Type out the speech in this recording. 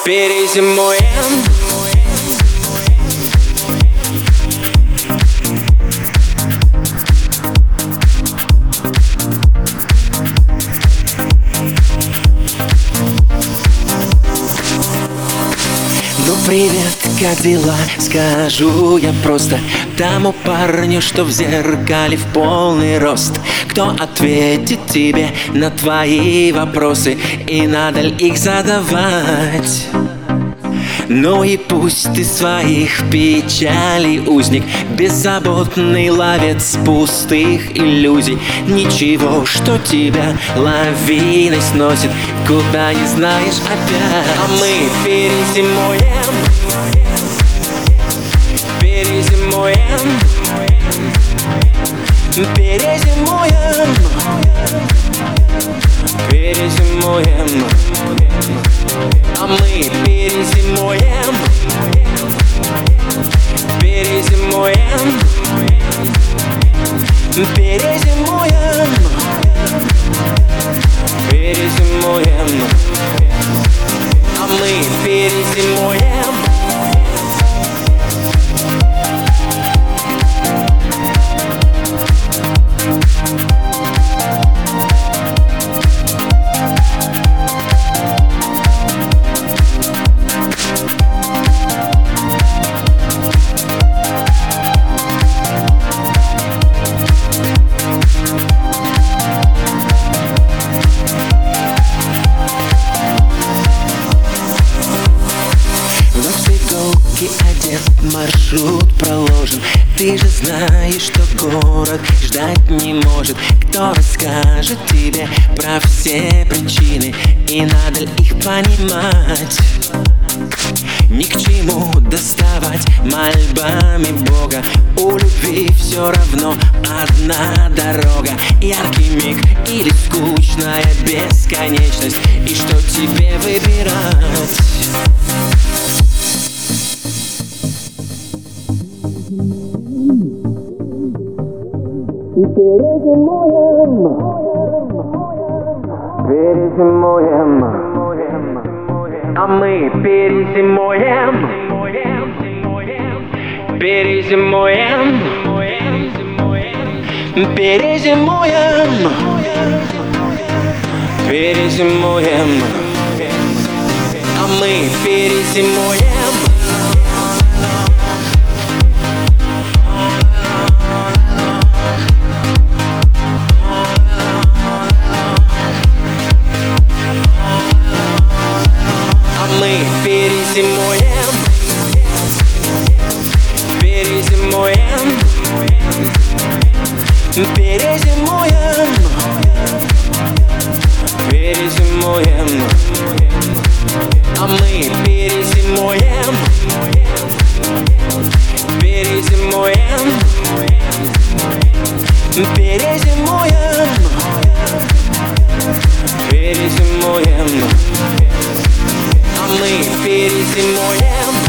перезимуем. Ну привет, как дела? Скажу я просто тому парню, что в зеркале в полный рост. Кто ответит тебе на твои вопросы, и надо ли их задавать? Ну и пусть ты своих печалей узник, беззаботный ловец пустых иллюзий. Ничего, что тебя лавиной сносит, куда не знаешь опять. А мы перезимуем, перезимуем, перезимуем, перезимуем. А мы перезимуем, перезимуем, перезимуем, перезимуем. А мы перезимуем. Одет, маршрут проложен. Ты же знаешь, что город ждать не может. Кто расскажет тебе про все причины, и надо ли их понимать? Ни к чему доставать мольбами Бога. У любви все равно одна дорога. Яркий миг или скучная бесконечность. И что тебе выбирать? Перезимуем, а мы перезимуем, перезимуем, перезимуем, перезимуем, а мы перезимуем. Мы перезимуем, перезимуем, перезимуем, перезимуем. А мы перезимуем, перезимуем, перезимуем, перезимуем. А мы перезимуем.